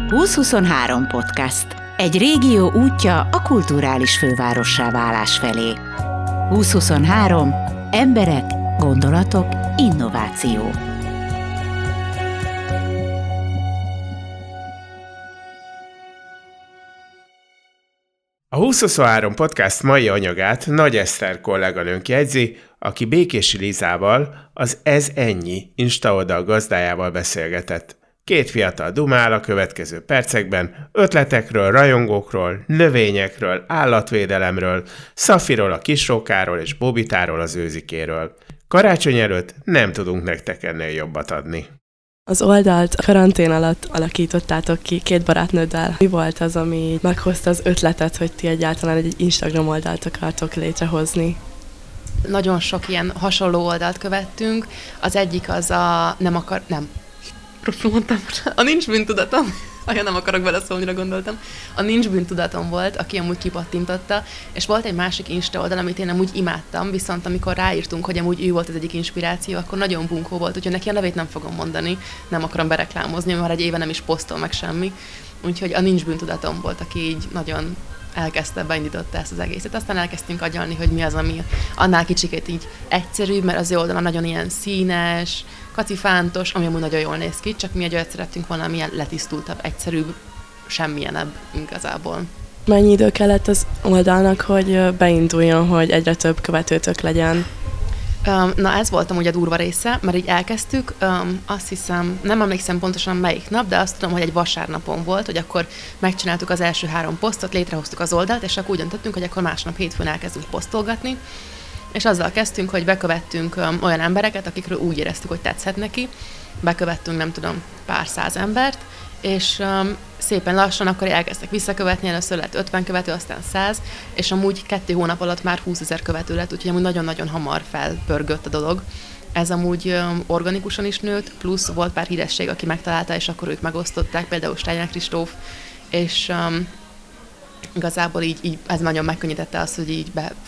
2023 podcast. Egy régió útja a kulturális fővárossá válás felé. 2023. Emberek, gondolatok, innováció. A 2023 podcast mai anyagát Nagy Eszter kolléganőnk jegyzi, aki Békési Lizával, az Ez Ennyi Insta oldal gazdájával beszélgetett. Két fiatal dumál a következő percekben ötletekről, rajongókról, növényekről, állatvédelemről, Szafiról, a kisrókáról és Bobitáról, az őzikéről. Karácsony előtt nem tudunk nektek ennél jobbat adni. Az oldalt karantén alatt alakítottátok ki két barátnőddel. Mi volt az, ami meghozta az ötletet, hogy ti egyáltalán egy Instagram oldalt akartok létrehozni? Nagyon sok ilyen hasonló oldalt követtünk. Az egyik az a rosszul mondtam, a Nincs Bűntudatom. Nem akarok beleszólni, gondoltam. A Nincs Bűntudatom volt, aki amúgy kipattintotta, és volt egy másik Insta oldal, amit én amúgy imádtam, viszont amikor ráírtunk, hogy amúgy ő volt az egyik inspiráció, akkor nagyon bunkó volt, úgyhogy neki a nevét nem fogom mondani, nem akarom bereklámozni, mert egy éve nem is posztol meg semmi. Úgyhogy a Nincs Bűntudatom volt, aki így nagyon elkezdte, beindította ezt az egészet. Aztán elkezdtünk agyalni, hogy mi az, ami annál kicsikét így egyszerűbb, mert az ő oldalon nagyon ilyen színes, kacifántos, ami amúgy nagyon jól néz ki, csak mi egy olyat szerettünk volna, amilyen letisztultabb, egyszerűbb, semmilyenebb igazából. Mennyi idő kellett az oldalnak, hogy beinduljon, hogy egyre több követőtök legyen? Na ez volt amúgy a durva része, mert így elkezdtük, azt hiszem, nem emlékszem pontosan melyik nap, de azt tudom, hogy egy vasárnapon volt, hogy akkor megcsináltuk az első 3 posztot, létrehoztuk az oldalt, és akkor úgy döntöttünk, hogy akkor másnap hétfőn elkezdünk posztolgatni, és azzal kezdtünk, hogy bekövettünk olyan embereket, akikről úgy éreztük, hogy tetszett neki. Bekövettünk, nem tudom, pár száz embert, és szépen lassan akkor elkezdtek visszakövetni, először lett 50 követő, aztán 100, és amúgy 2 hónap alatt már 20 000 követő lett, úgyhogy amúgy nagyon-nagyon hamar felpörgött a dolog. Ez amúgy organikusan is nőtt, plusz volt pár híresség, aki megtalálta, és akkor ők megosztották, például Steiner Kristóf, és igazából így ez nagyon megkönnyítette azt, hogy így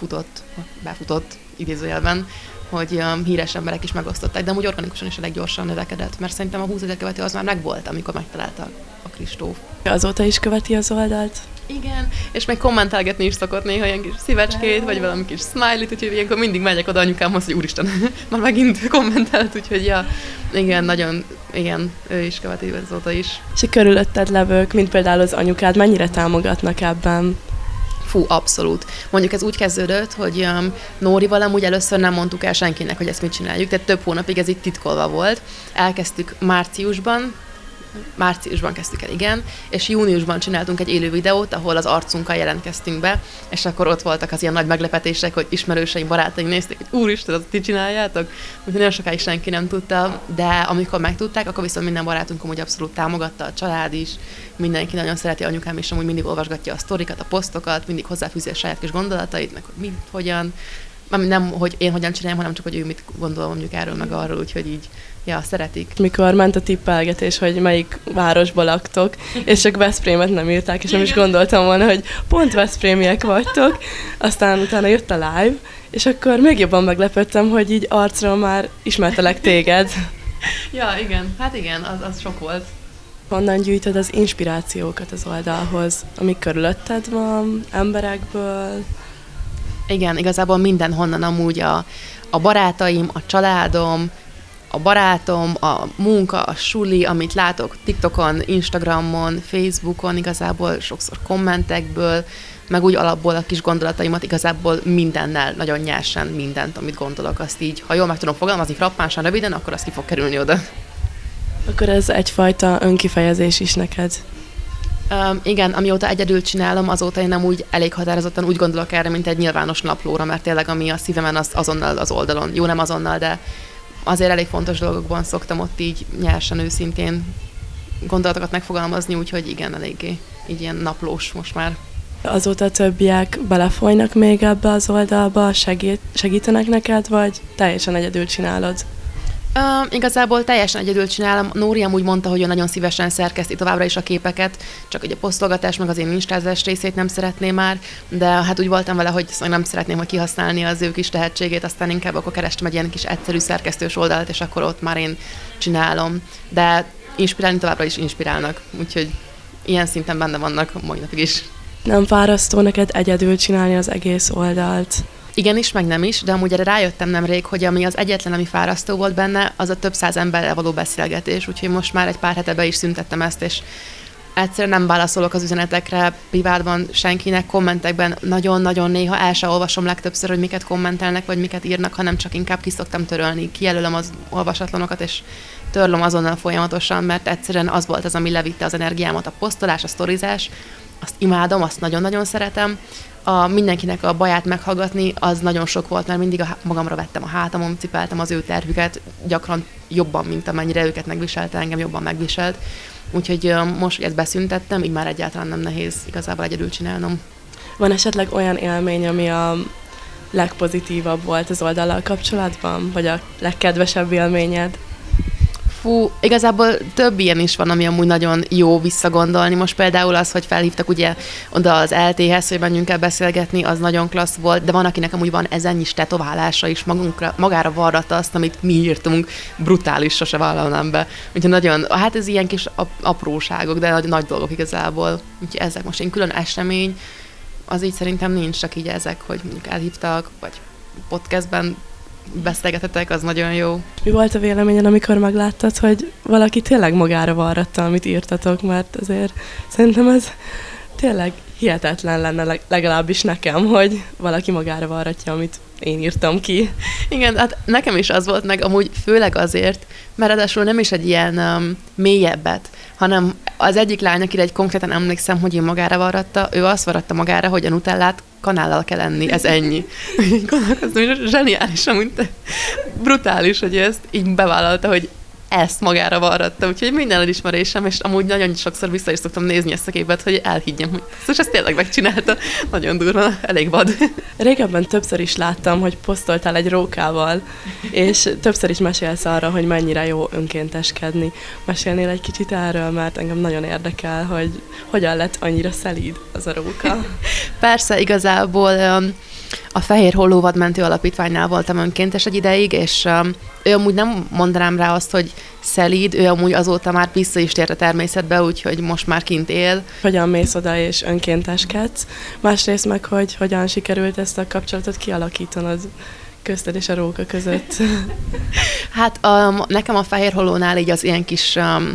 befutott idézőjelben, hogy híres emberek is megosztották, de amúgy organikusan is elég gyorsan növekedett, mert szerintem a 20 000 követő az már megvolt, amikor megtalálta a Kristóf. Azóta is követi az oldalt? Igen, és még kommentelgetni is szokott néha ilyen kis szívecskét, vagy valami kis smiley-t, úgyhogy ilyenkor mindig megyek oda anyukámhoz, hogy úristen, már megint kommentelt, úgyhogy ja, igen, nagyon, igen, ő is követi azóta is. És a körülötted levők, mint például az anyukád, mennyire támogatnak ebben? Fú, abszolút. Mondjuk ez úgy kezdődött, hogy Nórival amúgy először nem mondtuk el senkinek, hogy ezt mit csináljuk, tehát több hónapig ez itt titkolva volt. Elkezdtük márciusban kezdtük el, igen, és júniusban csináltunk egy élő videót, ahol az arcunkkal jelentkeztünk be, és akkor ott voltak az ilyen nagy meglepetések, hogy ismerőseim, barátaim nézték, hogy úristen, azt ti csináljátok? Úgyhogy nagyon sokáig senki nem tudta, de amikor megtudták, akkor viszont minden barátunk amúgy abszolút támogatta, a család is, mindenki nagyon szereti, anyukám is amúgy mindig olvasgatja a sztorikat, a posztokat, mindig hozzáfűzi a saját kis gondolatait, meg hogy hogyan, nem, hogy én hogyan csináljam, hanem csak, hogy ő mit gondol mondjuk erről, meg arról, úgyhogy így, ja, szeretik. Mikor ment a tippelgetés, hogy melyik városba laktok, és csak Veszprémet nem írták, és nem is gondoltam volna, hogy pont veszprémiek vagytok, aztán utána jött a live, és akkor még jobban meglepődtem, hogy így arcról már ismertelek téged. Ja, igen, hát igen, az sok volt. Honnan gyűjtöd az inspirációkat az oldalhoz, amik körülötted van, emberekből? Igen, igazából mindenhonnan amúgy a barátaim, a családom, a barátom, a munka, a suli, amit látok TikTokon, Instagramon, Facebookon, igazából sokszor kommentekből, meg úgy alapból a kis gondolataimat, igazából mindennel, nagyon nyersen mindent, amit gondolok, azt így, ha jól meg tudom fogalmazni frappánsan röviden, akkor az ki fog kerülni oda. Akkor ez egyfajta önkifejezés is neked? Igen, amióta egyedül csinálom, azóta én nem úgy elég határozottan úgy gondolok erre, mint egy nyilvános naplóra, mert tényleg ami a szívemen, az azonnal az oldalon. Jó, nem azonnal, de azért elég fontos dolgokban szoktam ott így nyersen, őszintén gondolatokat megfogalmazni, úgyhogy igen, eléggé így ilyen naplós most már. Azóta többiek belefolynak még ebbe az oldalba, segítenek neked, vagy teljesen egyedül csinálod? Igazából teljesen egyedül csinálom. Nóri amúgy mondta, hogy ő nagyon szívesen szerkeszti továbbra is a képeket, csak ugye a posztolgatás, meg az én instázás részét nem szeretné már, de hát úgy voltam vele, hogy nem szeretném, hogy kihasználni az ő kis tehetségét, aztán inkább akkor kerestem egy ilyen kis egyszerű szerkesztős oldalt, és akkor ott már én csinálom. De inspirálni továbbra is inspirálnak, úgyhogy ilyen szinten benne vannak mai napig is. Nem fárasztó neked egyedül csinálni az egész oldalt? Igenis, meg nem is, de amúgy erre rájöttem nemrég, hogy ami az egyetlen, ami fárasztó volt benne, az a több száz emberrel való beszélgetés, úgyhogy most már egy pár hete be is szüntettem ezt, és egyszerűen nem válaszolok az üzenetekre, privátban senkinek, kommentekben nagyon-nagyon néha el sem olvasom legtöbbször, hogy miket kommentelnek, vagy miket írnak, hanem csak inkább ki szoktam törölni, kijelölöm az olvasatlanokat, és törlöm azonnal folyamatosan, mert egyszerűen az volt az, ami levitte az energiámat, a posztolás, a sztorizás, azt imádom, azt nagyon-nagyon szeretem. Mindenkinek a baját meghallgatni, az nagyon sok volt, mert mindig magamra vettem a hátamon, cipeltem az ő terhüket, gyakran jobban, mint amennyire őket megviselte, engem jobban megviselt. Úgyhogy most, hogy ezt beszüntettem, így már egyáltalán nem nehéz igazából egyedül csinálnom. Van esetleg olyan élmény, ami a legpozitívabb volt az oldallal kapcsolatban? Vagy a legkedvesebb élményed? Fú, igazából több ilyen is van, ami amúgy nagyon jó visszagondolni. Most például az, hogy felhívtak ugye oda az LT-hez, hogy menjünk el beszélgetni, az nagyon klassz volt, de van, akinek amúgy van ezennyi tetoválása is, magára varratta azt, amit mi írtunk, brutális, sose vállalnám be. Úgyhogy nagyon, hát ez ilyen kis apróságok, de nagy dolgok igazából. Úgyhogy ezek most egy külön esemény, az így szerintem nincs, csak így ezek, hogy mondjuk elhívtak, vagy podcastben beszélgetetek, az nagyon jó. Mi volt a véleményed, amikor megláttad, hogy valaki tényleg magára varratta, amit írtatok, mert azért szerintem ez tényleg hihetetlen lenne, legalábbis nekem, hogy valaki magára varratja, amit én írtam ki. Igen, hát nekem is az volt, meg amúgy főleg azért, mert ráadásul nem is egy ilyen mélyebbet, hanem az egyik lány, akire egy konkrétan emlékszem, hogy én magára varratta, ő azt varratta magára, hogy a nutellát kanállal kell enni, ez ennyi. Gondolkoztam, hogy zseniális, amúgy brutális, hogy ezt így bevállalta, hogy ezt magára varratta, úgyhogy minden elismerésem, és amúgy nagyon sokszor vissza is szoktam nézni ezt a képet, hogy elhiggyem, hogy ezt tényleg megcsinálta. Nagyon durva, elég vad. Régebben többször is láttam, hogy posztoltál egy rókával, és többször is mesélsz arra, hogy mennyire jó önkénteskedni. Mesélnél egy kicsit erről, mert engem nagyon érdekel, hogy hogyan lett annyira szelíd az a róka. Persze, igazából a Fehér Holló Vadmentő Alapítványnál voltam önkéntes egy ideig, és ő amúgy nem mondanám rá azt, hogy szelíd, ő amúgy azóta már vissza is tért a természetbe, úgyhogy most már kint él. Hogyan mész oda és önkénteskedsz? Másrészt meg, hogy hogyan sikerült ezt a kapcsolatot kialakítanod közted és a róka között? Hát nekem a Fehér Hollónál így az ilyen kis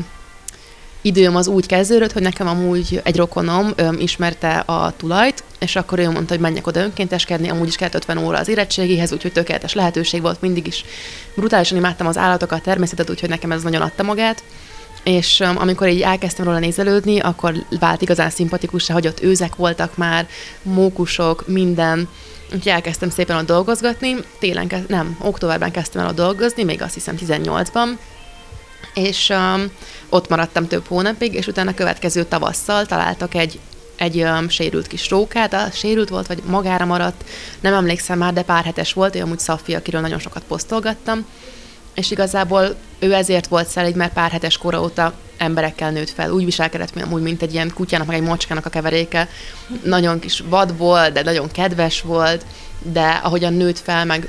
időm az úgy kezdődött, hogy nekem amúgy egy rokonom ismerte a tulajt, és akkor ő mondta, hogy menjek oda önkénteskedni, amúgy is kellett 50 óra az érettségéhez, úgyhogy tökéletes lehetőség volt, mindig is brutálisan imádtam az állatokat, a természetet, úgyhogy nekem ez nagyon adta magát. És amikor így elkezdtem róla nézelődni, akkor vált igazán szimpatikussá, hogy ott őzek voltak már, mókusok, minden. Úgyhogy elkezdtem szépen ott dolgozgatni, októberben kezdtem el ott dolgozni, még azt hiszem 18-ban, és ott maradtam több hónapig, és utána a következő tavasszal találtak egy sérült kis rókát, sérült volt, vagy magára maradt, nem emlékszem már, de pár hetes volt, ő amúgy Szafi, akiről nagyon sokat posztolgattam, és igazából ő ezért volt szelíd, mert pár hetes kora óta emberekkel nőtt fel. Úgy viselkedett, mint egy ilyen kutyának, meg egy macskának a keveréke. Nagyon kis vad volt, de nagyon kedves volt, de ahogyan nőtt fel, meg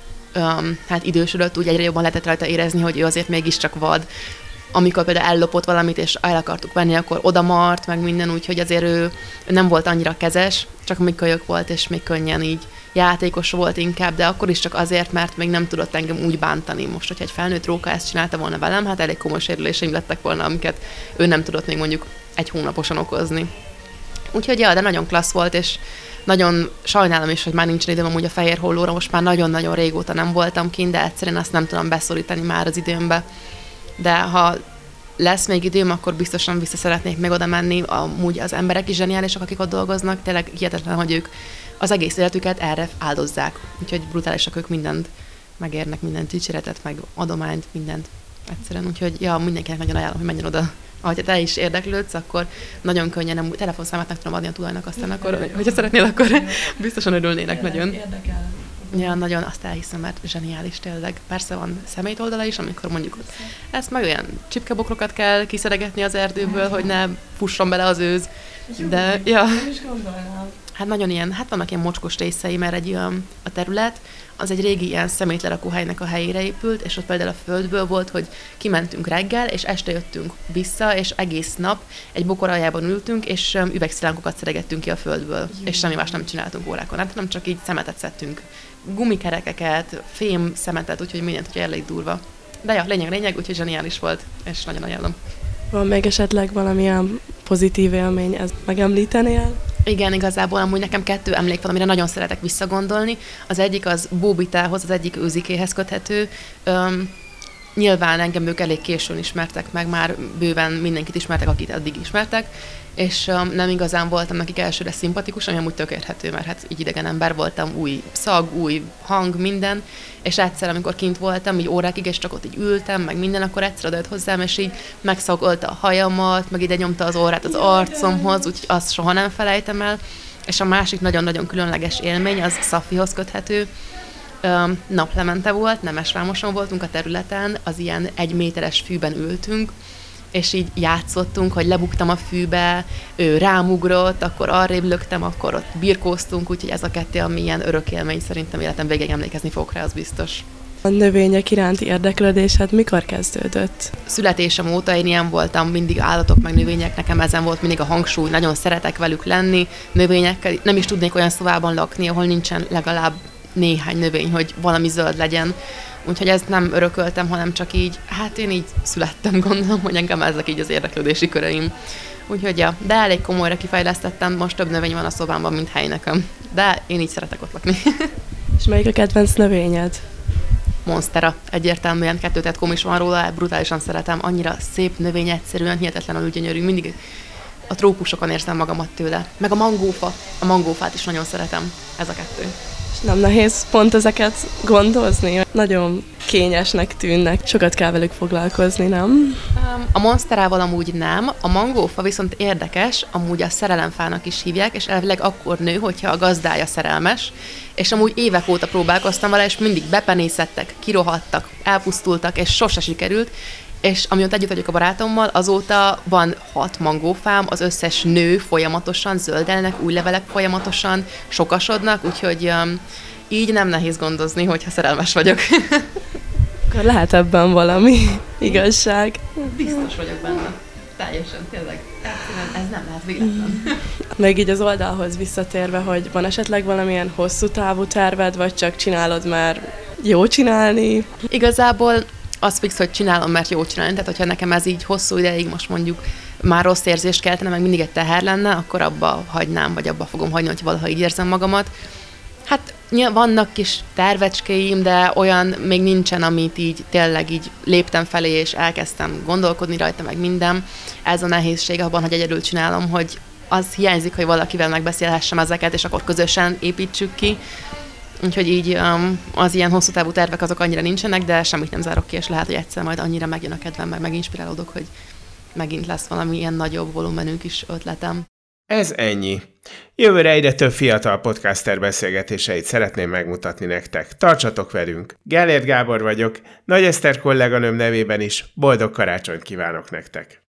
hát idősödött, úgy egyre jobban lehetett rajta érezni, hogy ő azért mégiscsak vad. Amikor például ellopott valamit, és el akartuk venni, akkor odamart, meg minden, úgyhogy azért ő nem volt annyira kezes, csak még kölyök volt, és még könnyen így játékos volt inkább, de akkor is csak azért, mert még nem tudott engem úgy bántani. Most, hogyha egy felnőtt róka ezt csinálta volna velem, hát elég komoly sérüléseim lettek volna, amiket ő nem tudott még mondjuk egy hónaposan okozni. Úgyhogy ja, de nagyon klassz volt, és nagyon sajnálom is, hogy már nincsen időm amúgy a Fehér Hollóra, most már nagyon-nagyon régóta nem voltam kint, de egyszerűen azt nem tudom beszorítani már az időmbe. De ha lesz még időm, akkor biztosan vissza szeretnék még oda menni. Amúgy az emberek is zseniálisak, akik ott dolgoznak, tényleg hihetetlen, hogy ők az egész életüket erre áldozzák. Úgyhogy brutálisak ők, mindent megérnek, minden dicséretet, meg adományt, mindent egyszerűen. Úgyhogy ja, mindenkinek nagyon ajánlom, hogy menjen oda. Ahogy te is érdeklődsz, akkor nagyon könnyen telefonszámát meg tudom adni a tulajnak, aztán akkor, hogyha szeretnél, akkor biztosan örülnének nagyon. Érdekel. Ja, nagyon, azt elhiszem, mert zseniális tényleg. Persze van szemét oldala is, amikor mondjuk ezt meg olyan csipkebokrokat kell kiszedegetni az erdőből, hogy ne fusson bele az őz, De, ja. Nem is gondolnám. Hát nagyon ilyen, hát vannak ilyen mocskos részei, mert egy olyan a terület, az egy régi ilyen szemétlerakóhelynek a helyére épült, és ott például a földből volt, hogy kimentünk reggel, és este jöttünk vissza, és egész nap egy bokor aljában ültünk, és üvegszilánkokat szeregettünk ki a földből, és semmi más nem csináltunk órákon. Hát nem csak így szemetet szedtünk. Gumikerekeket, fém szemetet, úgyhogy mindent, hogy elég durva. De ja, lényeg, úgyhogy zseniális volt, és nagyon ajánlom. Van még esetleg valamilyen pozitív élmény, ezt megemlítenél? Igen, igazából amúgy nekem 2 emlék van, amire nagyon szeretek visszagondolni. Az egyik az Bóbitához, az egyik Őzikéhez köthető. Nyilván engem ők elég későn ismertek meg, már bőven mindenkit ismertek, akit addig ismertek, és nem igazán voltam nekik elsőre szimpatikus, ami amúgy tök érthető, mert hát így idegen ember voltam, új szag, új hang, minden, és egyszer, amikor kint voltam, így órákig, és csak ott így ültem, meg minden, akkor egyszer odajött hozzám, és így megszagolta a hajamat, meg ide nyomta az orrát az arcomhoz, úgyhogy azt soha nem felejtem el. És a másik nagyon-nagyon különleges élmény, az Szafihoz köthető. Naplemente volt, Nemesvámoson voltunk a területen, az ilyen 1 méteres fűben ültünk, és így játszottunk, hogy lebuktam a fűbe, ő rámugrott, akkor arrébb löktem, akkor ott birkóztunk, úgyhogy ez a 2, ami ilyen örök élmény, szerintem életem végig emlékezni fogok rá, az biztos. A növények iránti érdeklődésed mikor kezdődött? Születésem óta én ilyen voltam, mindig állatok meg növények, nekem ezen volt mindig a hangsúly, nagyon szeretek velük lenni, növényekkel, nem is tudnék olyan szobában lakni, ahol nincsen legalább néhány növény, hogy valami zöld legyen. Úgyhogy ezt nem örököltem, hanem csak így, hát én így születtem, gondolom, hogy engem ezek így az érdeklődési köreim. Úgyhogy ja, de elég komolyra kifejlesztettem, most több növény van a szobámban, mint hely nekem. De én így szeretek ott lakni. És melyik a kedvenc növényed? Monstera. Egyértelműen 2 is van róla, brutálisan szeretem. Annyira szép növény, egyszerűen hihetetlenül gyönyörű. Mindig a trópusokon érzem magamat tőle. Meg a mangófa. A mangófát is nagyon szeretem. Ez a 2. És nem nehéz pont ezeket gondozni? Nagyon kényesnek tűnnek, sokat kell velük foglalkozni, nem? A monsterával amúgy nem, a mangófa viszont érdekes, amúgy a szerelemfának is hívják, és elvileg akkor nő, hogyha a gazdája szerelmes, és amúgy évek óta próbálkoztam vele, és mindig bepenészettek, kirohadtak, elpusztultak, és sose sikerült, és amióta együtt vagyok a barátommal, azóta van 6 mangófám, az összes nő folyamatosan, zöldelnek, új levelek folyamatosan, sokasodnak, úgyhogy így nem nehéz gondozni, hogyha szerelmes vagyok. Akkor lehet ebben valami igazság. Biztos vagyok benne. Teljesen, tényleg. Ez nem lehet véletlen. Még így az oldalhoz visszatérve, hogy van esetleg valamilyen hosszú távú terved, vagy csak csinálod, mert jó csinálni? Igazából az fix, hogy csinálom, mert jó csinálni. Tehát, hogyha nekem ez így hosszú ideig most mondjuk már rossz érzést keltene, meg mindig egy teher lenne, akkor abba hagynám, vagy abba fogom hagyni, hogy valaha így érzem magamat. Hát vannak kis tervecskéim, de olyan még nincsen, amit így tényleg így léptem felé, és elkezdtem gondolkodni rajta, meg minden. Ez a nehézség abban, hogy egyedül csinálom, hogy az hiányzik, hogy valakivel megbeszélhessem ezeket, és akkor közösen építsük ki. Úgyhogy így az ilyen hosszú távú tervek azok annyira nincsenek, de semmit nem zárok ki, és lehet, hogy egyszer majd annyira megjön a kedvem, meg meginspirálódok, hogy megint lesz valami ilyen nagyobb volumenű kis ötletem. Ez ennyi. Jövőre egyre több fiatal podcaster beszélgetéseit szeretném megmutatni nektek. Tartsatok velünk! Gellért Gábor vagyok, Nagy Eszter kolléganőm nevében is boldog karácsonyt kívánok nektek!